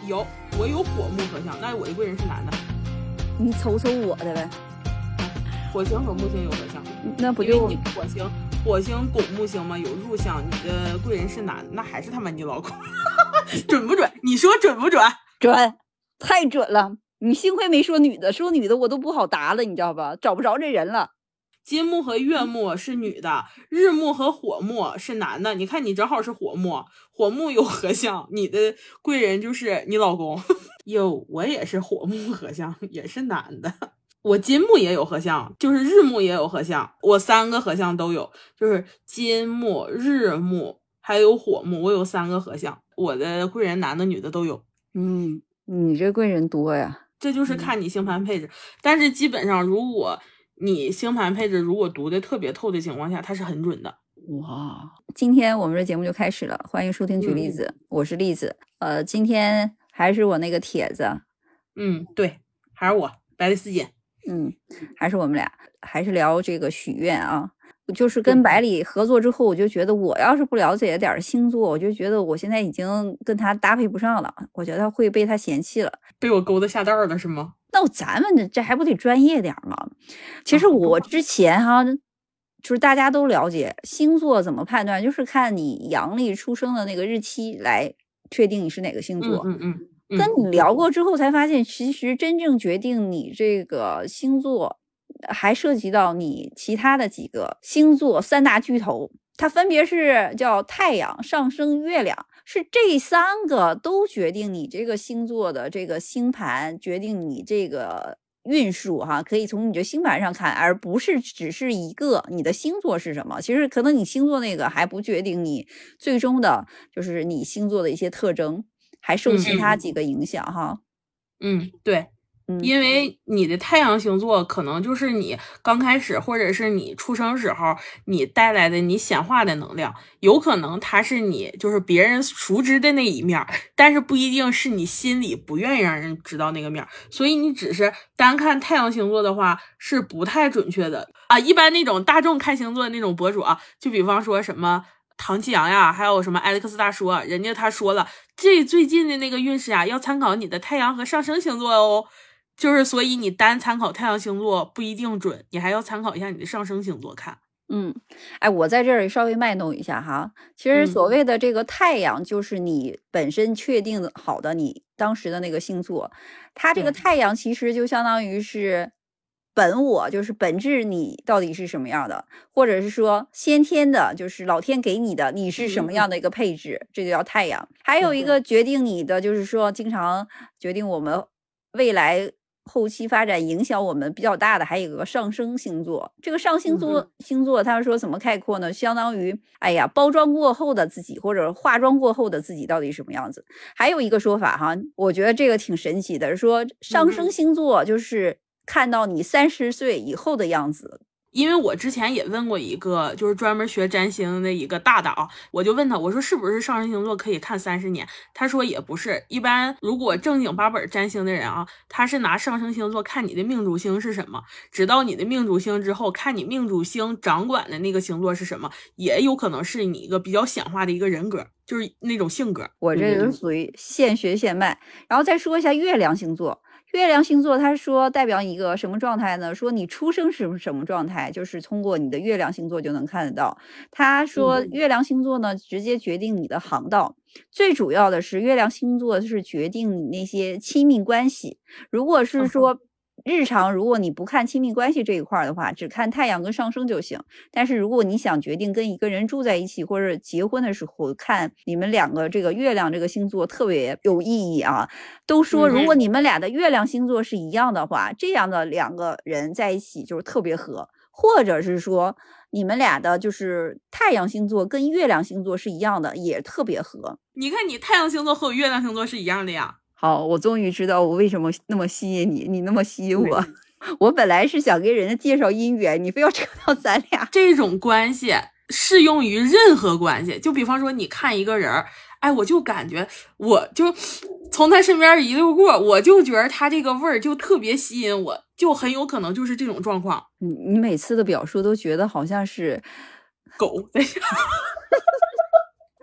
有，我有火木合相，那我的贵人是男的。 你瞅瞅我的呗。 火星和木星有合相， 那不就因为你火星拱木星嘛，有入相，你的贵人是男的，那还是他妈你老公。准不准？你说准不准？ 准，太准了。你幸亏没说女的，说女的我都不好答了，你知道吧？找不着这人了。 金木和月木是女的，日木和火木是男的。你看你正好是火木，火木有合相，你的贵人就是你老公。哟，我也是火木合相，也是男的。我金木也有合相，就是日木也有合相，我3个合相都有，就是金木、日木还有火木，我有3个合相，我的贵人男的女的都有。 你这贵人多呀。 这就是看你星盘配置，但是基本上如果你星盘配置如果读的特别透的情况下，它是很准的。 哇，今天我们这节目就开始了，欢迎收听举例子，我是栗子。今天还是我那个帖子。 对，还是我白丽丝姐。 还是我们俩，还是聊这个许愿啊。就是跟百里合作之后，我就觉得我要是不了解点星座，我就觉得我现在已经跟他搭配不上了，我觉得他会被他嫌弃了， 被我勾搭下道了是吗？ 那咱们这还不得专业点吗？其实我之前就是大家都了解星座怎么判断，就是看你阳历出生的那个日期来确定你是哪个星座。跟你聊过之后才发现，其实真正决定你这个星座还涉及到你其他的几个星座3大巨头，它分别是叫太阳、上升、月亮，是这3个都决定你这个星座的这个星盘，决定你这个运数可以从你这星盘上看，而不是只是一个你的星座是什么。其实可能你星座那个还不决定你最终的就是你星座的一些特征，还受其他几个影响对，因为你的太阳星座可能就是你刚开始或者是你出生时候你带来的你显化的能量，有可能它是你就是别人熟知的那一面，但是不一定是你心里不愿意让人知道那个面，所以你只是单看太阳星座的话是不太准确的一般那种大众看星座的那种博主就比方说什么唐奇阳呀，还有什么艾利克斯大叔人家他说了，这最近的那个运势要参考你的太阳和上升星座哦，就是所以你单参考太阳星座不一定准，你还要参考一下你的上升星座看。 我在这里稍微卖弄一下其实所谓的这个太阳就是你本身确定好的你当时的那个星座，它这个太阳其实就相当于是本我，就是本质你到底是什么样的，或者是说先天的，就是老天给你的你是什么样的一个配置，这就叫太阳。还有一个决定你的，就是说经常决定我们未来后期发展影响我们比较大的还有一个上升星座。这个上星座他说怎么概括呢？相当于包装过后的自己或者化妆过后的自己到底什么样子。还有一个说法我觉得这个挺神奇的，说上升星座就是看到你30岁以后的样子。 因为我之前也问过一个就是专门学占星的一个大大我就问他，我说是不是上升星座可以看30年？他说也不是，一般如果正经八本占星的人他是拿上升星座看你的命主星是什么，知道你的命主星之后，看你命主星掌管的那个星座是什么，也有可能是你一个比较显化的一个人格，就是那种性格。 我这个属于现学现卖。然后再说一下月亮星座。月亮星座他说代表一个什么状态呢？说你出生是什么状态，就是通过你的月亮星座就能看得到。他说月亮星座呢直接决定你的航道，最主要的是月亮星座是决定你那些亲密关系。如果是说日常如果你不看亲密关系这一块的话，只看太阳跟上升就行。但是如果你想决定跟一个人住在一起或者结婚的时候，看你们两个这个月亮这个星座特别有意义都说如果你们俩的月亮星座是一样的话，这样的2个人在一起就是特别合，或者是说你们俩的就是太阳星座跟月亮星座是一样的也特别合。 你看你太阳星座和我月亮星座是一样的呀。 好，我终于知道我为什么那么吸引你，你那么吸引我。我本来是想给人家介绍姻缘，你非要扯到咱俩。 这种关系适用于任何关系，就比方说你看一个人我就感觉我就从他身边一路过，我就觉得他这个味儿就特别吸引我，就很有可能就是这种状况。 你每次的表述都觉得好像是狗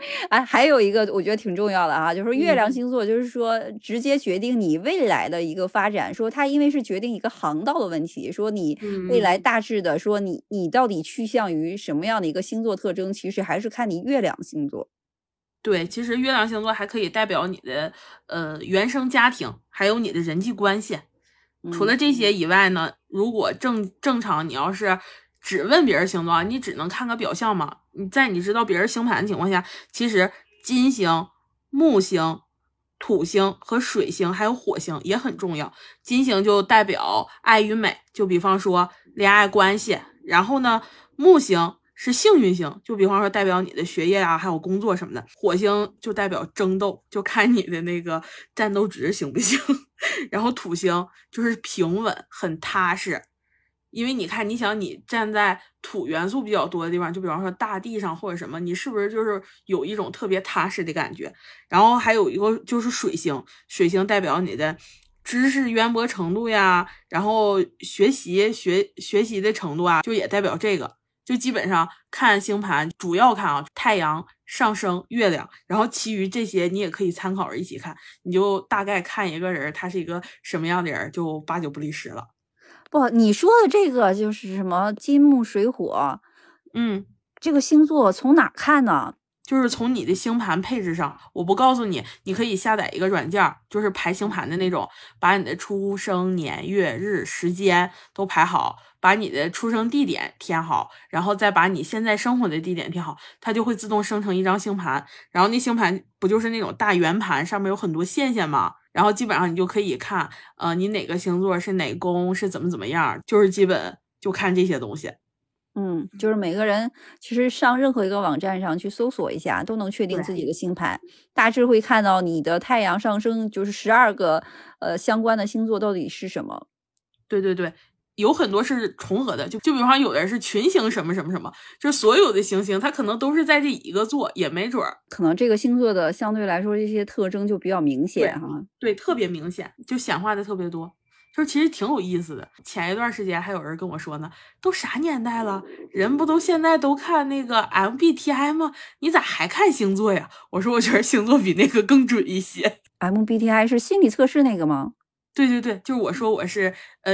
哎，还有一个我觉得挺重要的啊，就是月亮星座，就是说直接决定你未来的一个发展。说它因为是决定一个航道的问题，说你未来大致的说你到底趋向于什么样的一个星座特征，其实还是看你月亮星座。 对，其实月亮星座还可以代表你的原生家庭，还有你的人际关系。除了这些以外呢，如果正常，你要是只问别人星座，你只能看个表象嘛。在你知道别人星盘的情况下，其实金星、木星、土星和水星还有火星也很重要。金星就代表爱与美，就比方说恋爱关系。然后呢，木星是幸运星，就比方说代表你的学业啊，还有工作什么的。火星就代表争斗，就看你的那个战斗值行不行。然后土星就是平稳，很踏实。因为你看，你想你站在土元素比较多的地方，就比方说大地上或者什么，你是不是就是有一种特别踏实的感觉？然后还有一个就是水星，水星代表你的知识渊博程度呀，然后学习的程度啊，就也代表这个。就基本上看星盘，主要看啊太阳、上升、月亮，然后其余这些你也可以参考着一起看，你就大概看一个人他是一个什么样的人，就八九不离十了。 不，你说的这个就是什么金木水火，这个星座从哪看呢？ 就是从你的星盘配置上，我不告诉你，你可以下载一个软件，就是排星盘的那种，把你的出生年月日时间都排好，把你的出生地点填好，然后再把你现在生活的地点填好，它就会自动生成一张星盘。然后那星盘不就是那种大圆盘，上面有很多线线吗？然后基本上你就可以看，你哪个星座是哪宫是怎么样，就是基本就看这些东西。 就是每个人其实上任何一个网站上去搜索一下，都能确定自己的星盘，大致会看到你的太阳上升，就是12个相关的星座到底是什么。 对对对，有很多是重合的，就比方有的人是群星什么什么什么，就所有的行星它可能都是在这一个座，也没准儿。 可能这个星座的相对来说这些特征就比较明显哈。 对，特别明显，就显化的特别多。就是其实挺有意思的。前一段时间还有人跟我说呢，都啥年代了，人不都现在都看那个 MBTI 吗？你咋还看星座呀？我说我觉得星座比那个更准一些。 MBTI 是心理测试那个吗？ 对对对，就是我说我是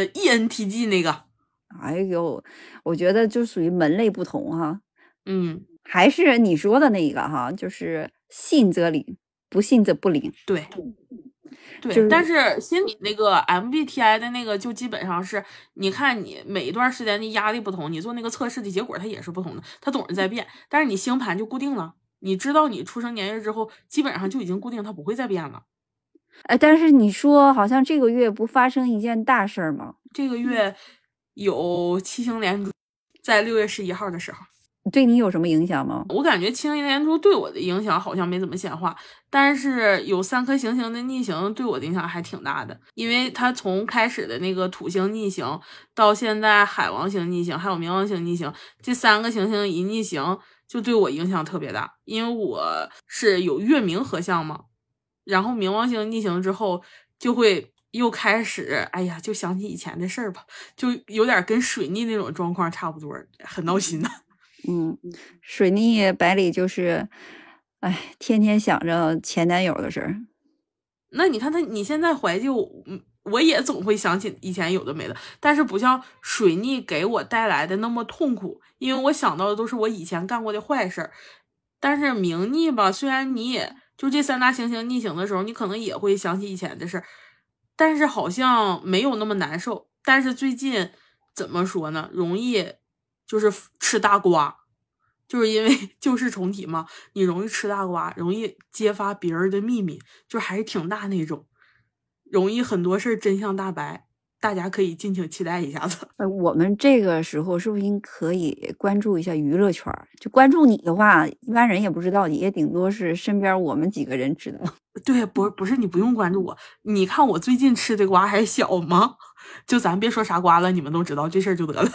ENTG 那个。 哎呦，我觉得就属于门类不同哈。还是你说的那个哈，就是信则灵，不信则不灵。 对。对，但是心理那个 MBTI 的那个就基本上是，你看你每一段时间的压力不同，你做那个测试的结果它也是不同的，它总是在变。但是你星盘就固定了，你知道你出生年月之后，基本上就已经固定，它不会再变了。 但是你说好像这个月不发生一件大事吗？ 这个月有七星连珠，在6月11号的时候。 对你有什么影响吗？ 我感觉七星连珠对我的影响好像没怎么显化，但是有3颗行星的逆行对我的影响还挺大的，因为它从开始的那个土星逆行到现在海王星逆行还有冥王星逆行，这3个行星一逆行就对我影响特别大，因为我是有月冥合相嘛，然后冥王星逆行之后就会又开始，哎呀，就想起以前的事儿吧，就有点跟水逆那种状况差不多，很闹心的。 水逆百里就是，哎，天天想着前男友的事儿。 那你看你现在怀旧，我也总会想起以前有的没的，但是不像水逆给我带来的那么痛苦，因为我想到的都是我以前干过的坏事儿。但是冥逆吧，虽然你也就这3大行星逆行的时候，你可能也会想起以前的事儿，但是好像没有那么难受。但是最近怎么说呢，容易就是吃大瓜，就是因为旧事重提嘛，你容易吃大瓜，容易揭发别人的秘密，就还是挺大那种，容易很多事真相大白，大家可以敬请期待一下子。 我们这个时候是不是应可以关注一下娱乐圈？就关注你的话，一般人也不知道，也顶多是身边我们几个人知道。 对，不是你不用关注我，你看我最近吃的瓜还小吗？就咱别说啥瓜了，你们都知道这事儿就得了。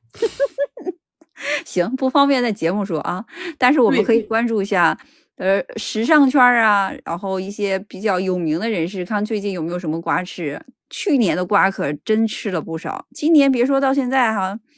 行，不方便在节目说啊，但是我们可以关注一下，时尚圈啊，然后一些比较有名的人士，看最近有没有什么瓜吃。去年的瓜可真吃了不少，今年别说到现在哈，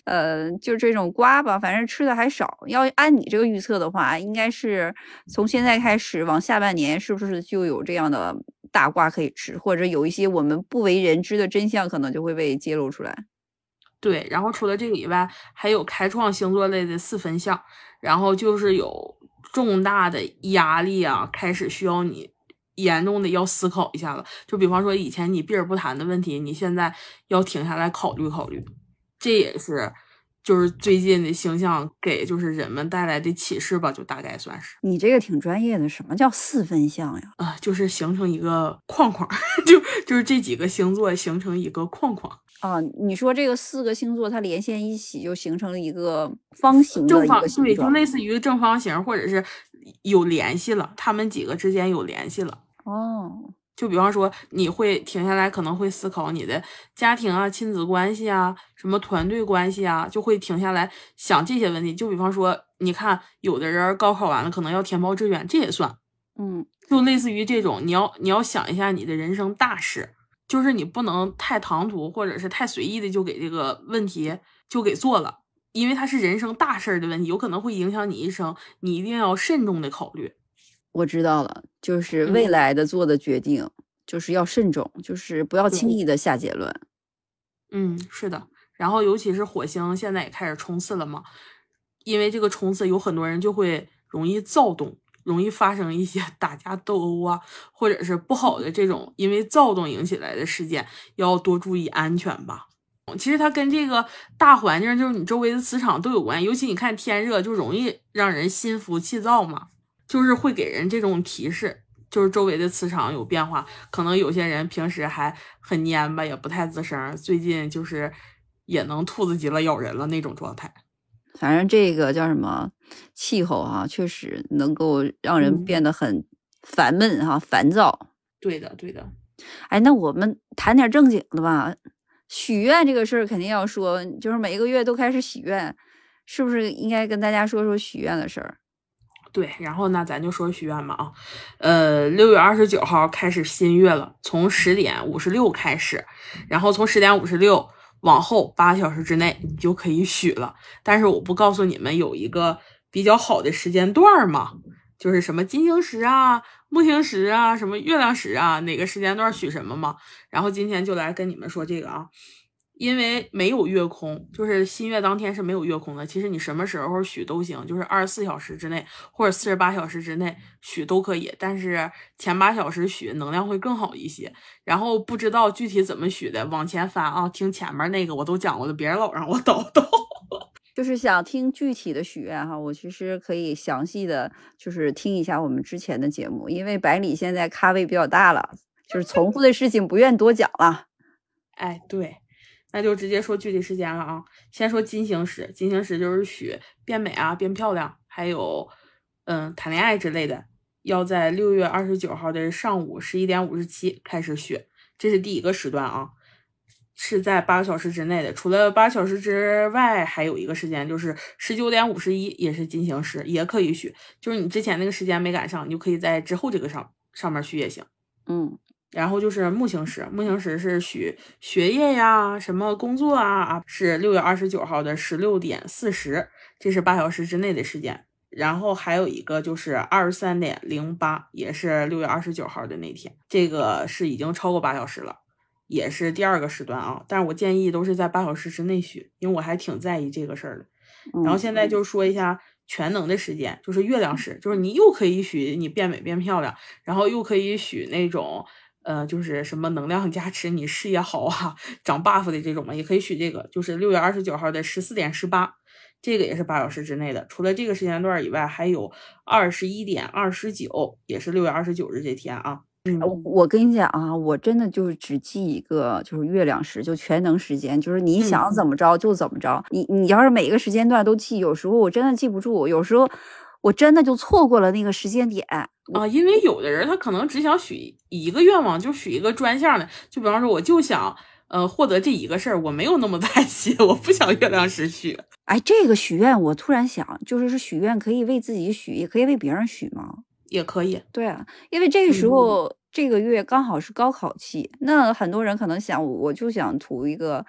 就这种瓜吧，反正吃的还少。要按你这个预测的话，应该是从现在开始往下半年，是不是就有这样的大瓜可以吃，或者有一些我们不为人知的真相可能就会被揭露出来。 对，然后除了这个以外，还有开创星座类的4分相，然后就是有重大的压力啊，开始需要你严重的要思考一下了。就比方说以前你避而不谈的问题，你现在要停下来考虑考虑。这也是就是最近的星象给就是人们带来的启示吧，就大概算是。 你这个挺专业的，什么叫4分相呀？ 就是形成一个框框，就是这几个星座形成一个框框。 你说这个4个星座它连线一起，就形成了一个方形的一个形状， 对，就类似于正方形，或者是有联系了，他们几个之间有联系了。就比方说你会停下来，可能会思考你的家庭啊、亲子关系啊、什么团队关系啊，就会停下来想这些问题。就比方说你看有的人高考完了可能要填报志愿，这也算。就类似于这种，你要想一下你的人生大事，就是你不能太唐突或者是太随意的就给这个问题就给做了，因为它是人生大事的问题，有可能会影响你一生，你一定要慎重的考虑。 我知道了，就是未来的做的决定，就是要慎重，就是不要轻易的下结论。 是的。然后尤其是火星现在也开始冲刺了嘛，因为这个冲刺有很多人就会容易躁动，容易发生一些打架斗殴啊，或者是不好的这种因为躁动引起来的事件，要多注意安全吧。其实它跟这个大环境，就是你周围的磁场都有关，尤其你看天热就容易让人心浮气躁嘛，就是会给人这种提示，就是周围的磁场有变化，可能有些人平时还很蔫吧，也不太吱声，最近就是也能兔子急了咬人了那种状态。 反正这个叫什么气候啊，确实能够让人变得很烦闷哈、烦躁。 对的，对的。 那我们谈点正经的吧。许愿这个事儿肯定要说，就是每个月都开始许愿，是不是应该跟大家说说许愿的事儿？ 对，然后那咱就说许愿吧啊。6月29号开始新月了，从10点56开始，然后从10点56往后8个小时之内你就可以许了。但是我不告诉你们有一个比较好的时间段吗？就是什么金星时啊、木星时啊、什么月亮时啊，哪个时间段许什么吗？然后今天就来跟你们说这个啊。因为没有月空，就是新月当天是没有月空的。其实你什么时候许都行，就是24小时之内或者48小时之内许都可以。但是前8小时许能量会更好一些。然后不知道具体怎么许的，往前翻啊，听前面那个我都讲过了，别人老让我叨叨。 就是想听具体的许愿哈，我其实可以详细的就是听一下我们之前的节目，因为百里现在咖位比较大了，就是重复的事情不愿多讲了。 对。那就直接说具体时间了啊。先说金星时，金星时就是许变美啊、变漂亮，还有谈恋爱之类的，要在6月29号的上午11点57开始许，这是第一个时段啊，是在8个小时之内的。除了8小时之外，还有一个时间就是19点51，也是金星时，也可以许。就是你之前那个时间没赶上，你就可以在之后这个上面许也行。然后就是木星时，木星时是许学业呀、什么工作啊，是6月29号的16点40，这是8小时之内的时间。然后还有一个就是23点08，也是6月29号的那天，这个是已经超过8小时了，也是第二个时段啊。但是我建议都是在8小时之内许，因为我还挺在意这个事儿的。然后现在就说一下全能的时间，就是月亮时，就是你又可以许你变美变漂亮，然后又可以许那种就是什么能量加持你事业好啊，长 buff 的这种嘛，也可以许这个，就是6月29号的14点18，这个也是8小时之内的。除了这个时间段以外，还有21点29，也是6月29日这天啊。 我跟你讲啊，我真的就是只记一个，就是月亮时，就全能时间，就是你想怎么着就怎么着。你要是每个时间段都记，有时候我真的记不住，有时候我真的就错过了那个时间点啊。 因为有的人他可能只想许一个愿望，就许一个专项的，就比方说我就想获得这一个事儿，我没有那么在意，我不想月亮时许。 这个许愿我突然想，就是许愿可以为自己许，也可以为别人许吗？ 也可以。 对啊，因为这个时候这个月刚好是高考期，那很多人可能想，我就想图一个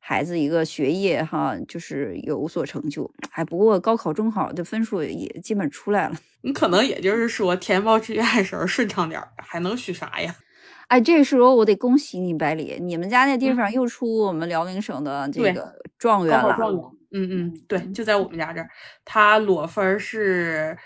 孩子一个学业哈，就是有所成就。哎，不过高考、中考的分数也基本出来了。 你可能也就是说填报志愿的时候顺畅点，还能许啥呀？ 哎，这时候我得恭喜你，百里，你们家那地方又出我们辽宁省的这个状元了。 高考状元，对，就在我们家这儿，他裸分是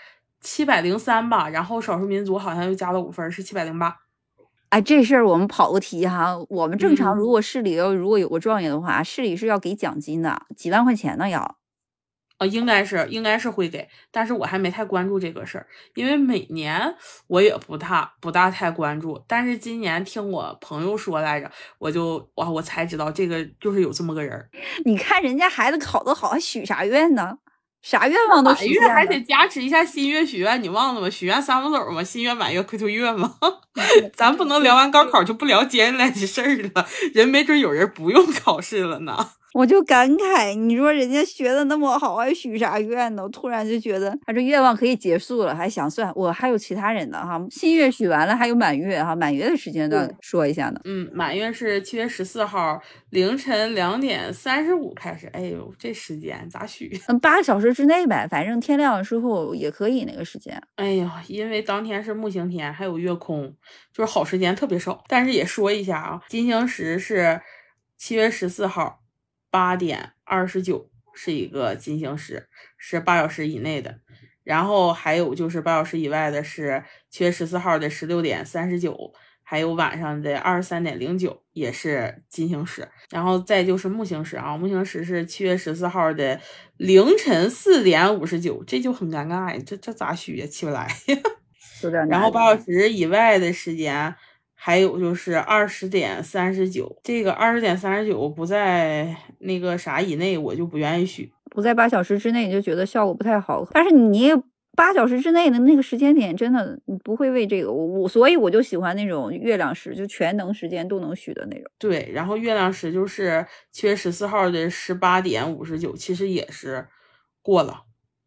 703吧，然后少数民族好像又加了5分，是708。 哎，这事儿我们跑个题哈，我们正常如果市里如果有个状元的话，市里是要给奖金的，几万块钱呢要。 应该是会给，但是我还没太关注这个事儿，因为每年我也不大太关注，但是今年听我朋友说来着，我才知道这个就是有这么个人。 你看人家孩子考得好，还许啥愿呢？啥愿望都实现了。 满月还得加持一下心悦许愿，你忘了吗？许愿3步走嘛，心愿、满月、亏兔月嘛。咱不能聊完高考就不聊接下来的事儿了，人没准有人不用考试了呢。 我就感慨，你说人家学的那么好，还许啥愿呢？我突然就觉得他这愿望可以结束了，还想算我还有其他人的哈，新月许完了，还有满月哈，满月的时间段说一下呢。 满月是7月14号凌晨2点35开始。哎呦，这时间咋许 ？8个小时之内呗，反正天亮的时候也可以那个时间。 哎呦，因为当天是木星天，还有月空，就是好时间特别少。但是也说一下啊，金星时是7月14号8点29是一个金星时，是8小时以内的。然后还有就是8小时以外的是7月14号的16点39，还有晚上的23点09也是金星时。然后再就是木星时啊，木星时是7月14号的凌晨4点59，这就很尴尬呀，这咋许也起不来然后8小时以外的时间还有就是20点39，这个20点39不在那个啥以内，我就不愿意许。 不在8小时之内，你就觉得效果不太好。但是你8小时之内的那个时间点，真的你不会为这个所以我就喜欢那种月亮时，就全能时间都能许的那种。 对，然后月亮时就是7月14号的18点59，其实也是过了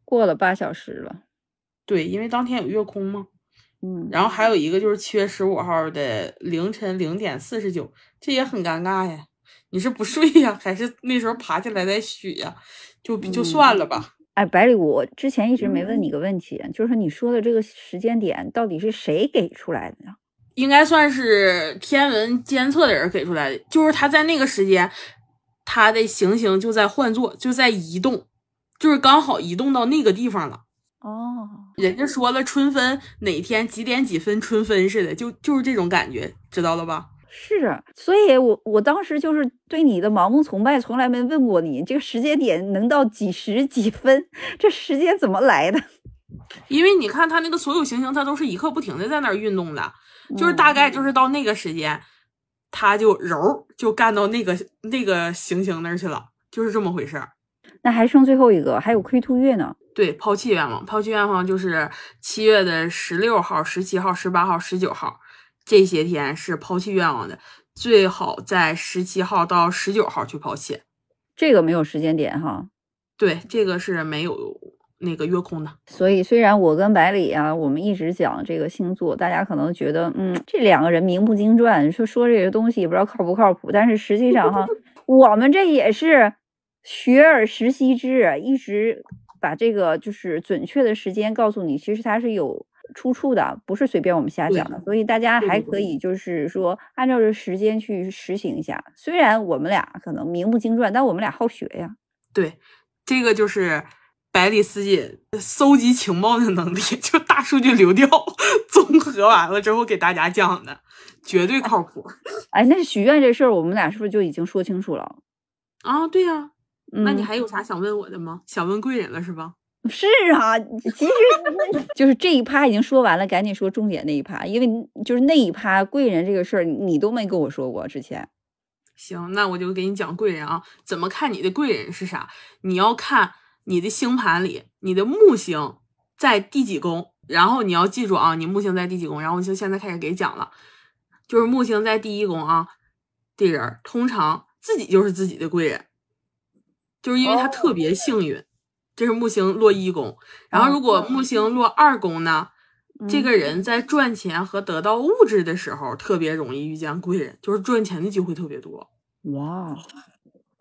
8小时了。 对，因为当天有月空嘛。然后还有一个就是7月15号的凌晨0点49，这也很尴尬呀。你是不睡呀，还是那时候爬起来再许呀？就算了吧。 哎，百里，我之前一直没问你个问题，就是你说的这个时间点到底是谁给出来的呢？ 应该算是天文监测的人给出来的，就是他在那个时间，他的行星就在换座，就在移动，就是刚好移动到那个地方了。人家说了春分哪天几点几分春分似的，就是这种感觉，知道了吧？ 是，所以我当时就是对你的盲目崇拜，从来没问过你这个时间点能到几时几分，这时间怎么来的？ 因为你看它那个所有行星，它都是一刻不停的在那儿运动的，就是大概就是到那个时间，它就就干到那个行星那儿去了，就是这么回事儿。 那还剩最后一个，还有亏兔月呢。 对，抛弃愿望，抛弃愿望就是7月的16号、17号、18号、19号这些天是抛弃愿望的，最好在17号到19号去抛弃。 这个没有时间点哈。 对，这个是没有那个月空的。 所以虽然我跟百里啊，我们一直讲这个星座，大家可能觉得这两个人名不经传，说这些东西也不知道靠不靠谱，但是实际上哈，我们这也是学而时习之，一直把这个就是准确的时间告诉你，其实它是有出处的，不是随便我们瞎讲的。所以大家还可以就是说按照这时间去实行一下。虽然我们俩可能名不经传，但我们俩好学呀。 对，这个就是百里思锦搜集情报的能力，就大数据流调综合完了之后给大家讲的，绝对靠谱。 哎，那许愿这事儿，我们俩是不是就已经说清楚了？ 啊，对呀。那你还有啥想问我的吗？想问贵人了是吧？ 是啊，其实就是这一趴已经说完了，赶紧说重点那一趴，因为就是那一趴贵人这个事儿，你都没跟我说过之前。 行，那我就给你讲贵人啊，怎么看你的贵人是啥？你要看你的星盘里，你的木星在第几宫，然后你要记住啊，你木星在第几宫，然后我就现在开始给讲了，就是木星在第1宫啊的人，通常自己就是自己的贵人。就是因为他特别幸运，这是木星落1宫。然后如果木星落2宫呢，这个人在赚钱和得到物质的时候特别容易遇见贵人，就是赚钱的机会特别多。 哇，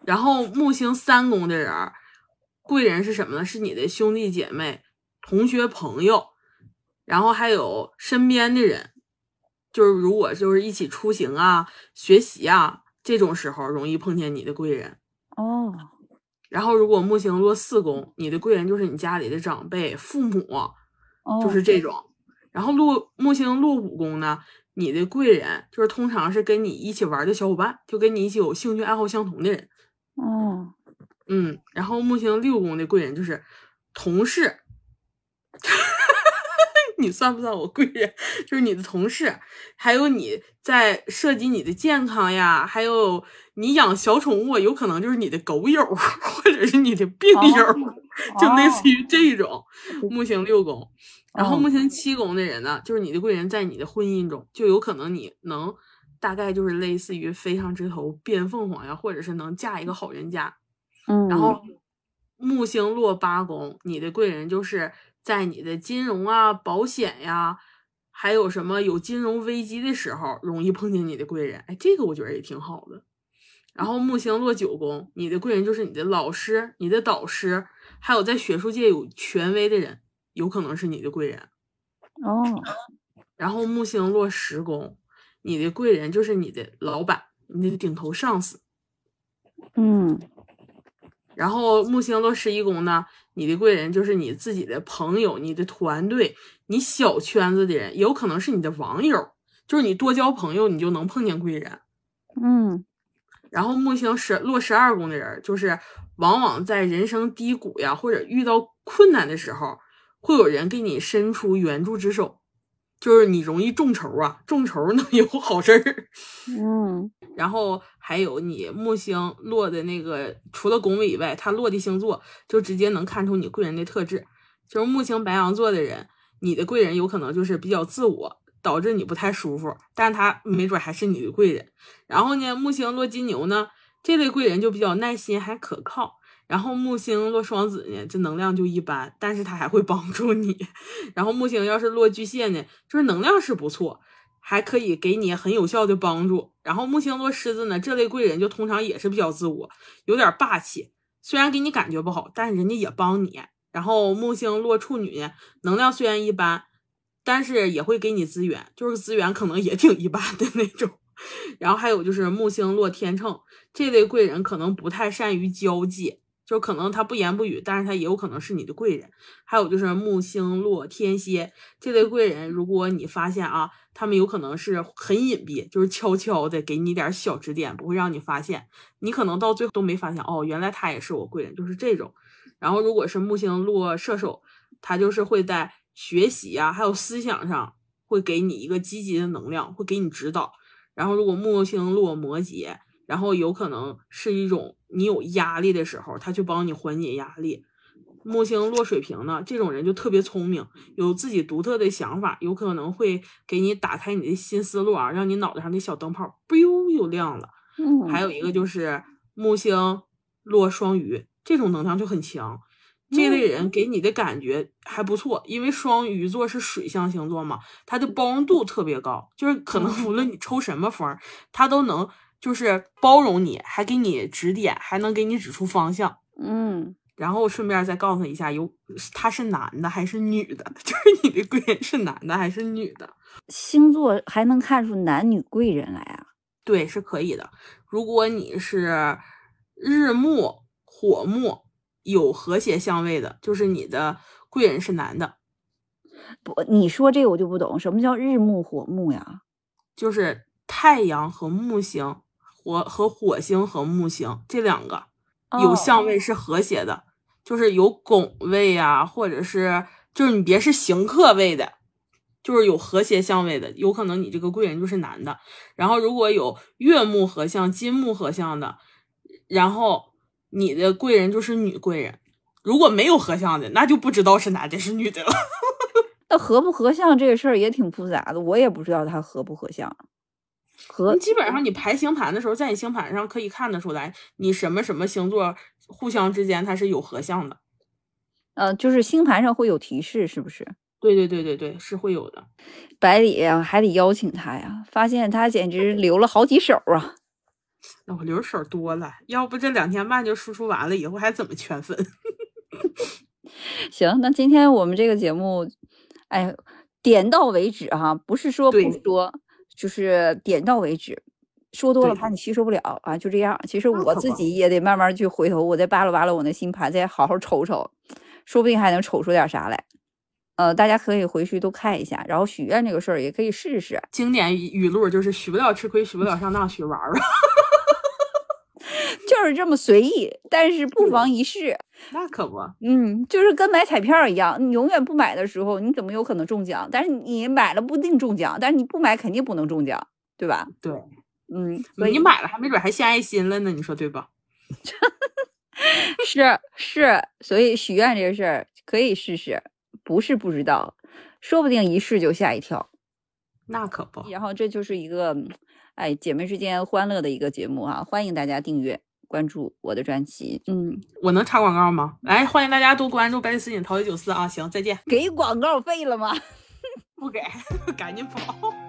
然后木星3宫的人，贵人是什么呢？是你的兄弟姐妹、同学、朋友，然后还有身边的人，就是如果就是一起出行啊、学习啊这种时候，容易碰见你的贵人。 哦。 然后如果木星落4宫，你的贵人就是你家里的长辈、父母，就是这种。然后木星落5宫呢，你的贵人就是通常是跟你一起玩的小伙伴，就跟你一起有兴趣爱好相同的人。然后木星6宫的贵人就是同事。你算不算我贵人？就是你的同事，还有你在涉及你的健康呀，还有你养小宠物，有可能就是你的狗友或者是你的病友，就类似于这种。木星6宫，然后木星7宫的人呢，就是你的贵人在你的婚姻中，就有可能你能大概就是类似于飞上枝头变凤凰呀，或者是能嫁一个好人家。然后木星落8宫，你的贵人就是在你的金融啊、保险呀，还有什么有金融危机的时候，容易碰见你的贵人。哎，这个我觉得也挺好的。然后木星落9宫，你的贵人就是你的老师、你的导师，还有在学术界有权威的人，有可能是你的贵人。然后木星落10宫，你的贵人就是你的老板、你的顶头上司。然后木星落11宫呢，你的贵人就是你自己的朋友、你的团队、你小圈子的人，也有可能是你的网友，就是你多交朋友，你就能碰见贵人。然后木星落12宫的人，就是往往在人生低谷呀，或者遇到困难的时候，会有人给你伸出援助之手，就是你容易众筹啊，众筹能有好事儿。然后还有你木星落的那个，除了宫位以外，它落的星座就直接能看出你贵人的特质。就是木星白羊座的人，你的贵人有可能就是比较自我，导致你不太舒服，但是他没准还是你的贵人。然后呢，木星落金牛呢，这类贵人就比较耐心还可靠。然后木星落双子呢，这能量就一般，但是他还会帮助你。然后木星要是落巨蟹呢，就是能量是不错，还可以给你很有效的帮助。然后木星落狮子呢，这类贵人就通常也是比较自我，有点霸气，虽然给你感觉不好，但是人家也帮你。然后木星落处女呢，能量虽然一般，但是也会给你资源，就是资源可能也挺一般的那种。然后还有就是木星落天秤，这类贵人可能不太善于交际，就可能他不言不语，但是他也有可能是你的贵人。还有就是木星落天蝎，这类贵人，如果你发现啊，他们有可能是很隐蔽，就是悄悄的给你点小指点，不会让你发现，你可能到最后都没发现，哦，原来他也是我贵人，就是这种。然后如果是木星落射手，他就是会在学习啊，还有思想上会给你一个积极的能量，会给你指导。然后如果木星落摩羯，然后有可能是一种你有压力的时候，他去帮你缓解压力。木星落水瓶呢，这种人就特别聪明，有自己独特的想法，有可能会给你打开你的新思路啊，让你脑袋上的小灯泡biu又亮了。还有一个就是木星落双鱼，这种能量就很强，这类人给你的感觉还不错，因为双鱼座是水象星座嘛，他的包容度特别高，就是可能无论你抽什么风，他都能就是包容你，还给你指点，还能给你指出方向。然后顺便再告诉一下，他是男的还是女的？就是你的贵人是男的还是女的？ 星座还能看出男女贵人来啊？ 对，是可以的。如果你是日木、火木有和谐相位的，就是你的贵人是男的。 不，你说这个我就不懂，什么叫日木火木呀？ 就是太阳和木星，和火星和木星这两个有相位是和谐的，就是有拱位啊，或者是就是你别是刑克位的，就是有和谐相位的，有可能你这个贵人就是男的。然后如果有月木合相、金木合相的，然后你的贵人就是女贵人。如果没有合相的，那就不知道是男的是女的了。 那合不合相这个事儿也挺复杂的，我也不知道它合不合相。 基本上你排星盘的时候，在你星盘上可以看得出来，你什么什么星座互相之间它是有合相的。 就是星盘上会有提示，是不是？ 对，是会有的。 百里还得邀请他呀，发现他简直留了好几手啊。 那我留手多了，要不这2天半就输出完了，以后还怎么圈粉？ 行，那今天我们这个节目，哎，点到为止哈，不是说不说，就是点到为止。说多了怕你吸收不了啊，就这样。其实我自己也得慢慢去回头，我再扒拉扒拉我那星盘，再好好瞅瞅，说不定还能瞅出点啥来。大家可以回去都看一下，然后许愿这个事儿也可以试试。 经典语录就是许不了吃亏，许不了上当，许玩儿。 就是这么随意，但是不妨一试。 那可不， 就是跟买彩票一样，你永远不买的时候，你怎么有可能中奖？但是你买了不一定中奖，但是你不买肯定不能中奖，对吧？ 对， 所以你买了还没准还献爱心了呢，你说对吧？ 是，所以许愿这个事儿可以试试，不是不知道，说不定一试就吓一跳。 那可不。 然后这就是一个姐妹之间欢乐的一个节目啊，欢迎大家订阅关注我的专辑。 我能插广告吗？来，欢迎大家多关注百里思锦陶艺94啊！行，再见。 给广告费了吗？ 不给，赶紧跑。